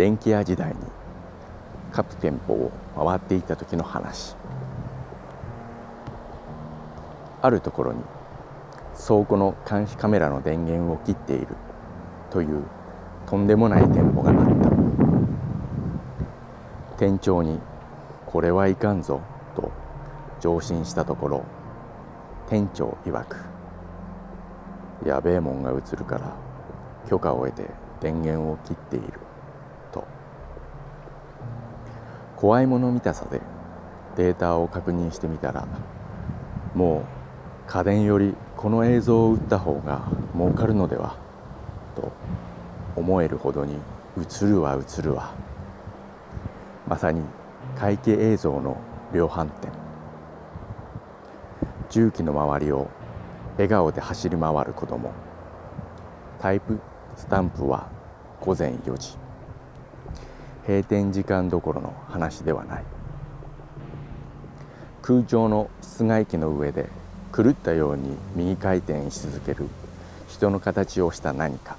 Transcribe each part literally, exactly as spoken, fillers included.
電気屋時代に各店舗を回っていた時の話。あるところに倉庫の監視カメラの電源を切っているというとんでもない店舗があった。店長にこれはいかんぞと上申したところ、店長曰く、やべえもんが映るから許可を得て電源を切っていると。怖いもの見たさでデータを確認してみたら、もう家電よりこの映像を売った方が儲かるのではと思えるほどに映るわ映るわ。まさに会計映像の量販店。重機の周りを笑顔で走り回る子供。タイプスタンプはごぜんよじ。閉店時間どころの話ではない。空調の室外機の上で狂ったように右回転し続ける人の形をした何か。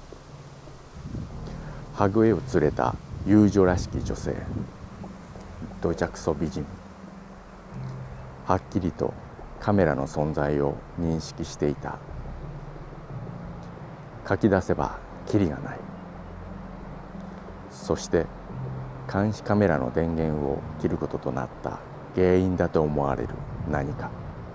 はぐれを連れた遊女らしき女性。どちゃくそ美人。はっきりとカメラの存在を認識していた。書き出せばキリがない。そして監視カメラの電源を切ることとなった原因だと思われる何か。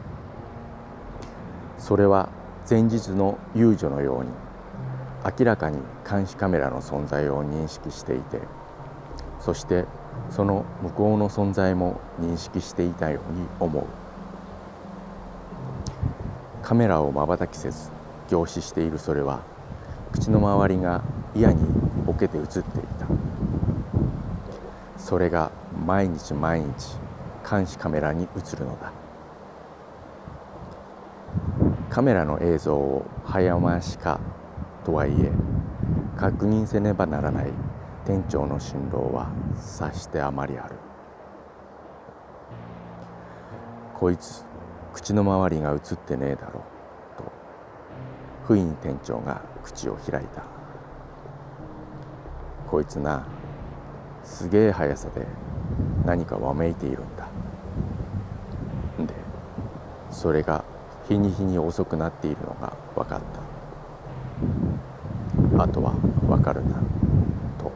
それは前日の遊女のように明らかに監視カメラの存在を認識していて、そしてその向こうの存在も認識していたように思う。カメラを瞬きせず凝視しているそれは、口の周りが嫌にボケて映っていた。それが毎日毎日監視カメラに映るのだ。カメラの映像を早回しかとはいえ確認せねばならない店長の辛労は察してあまりある。こいつ口の周りが映ってねえだろと不意に店長が口を開いた。こいつな、すげえ速さで何かわめいているんだ。で、それが日に日に遅くなっているのが分かった。あとは分かるなと。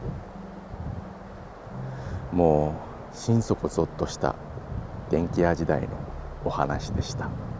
もう心底ゾッとした電気屋時代のお話でした。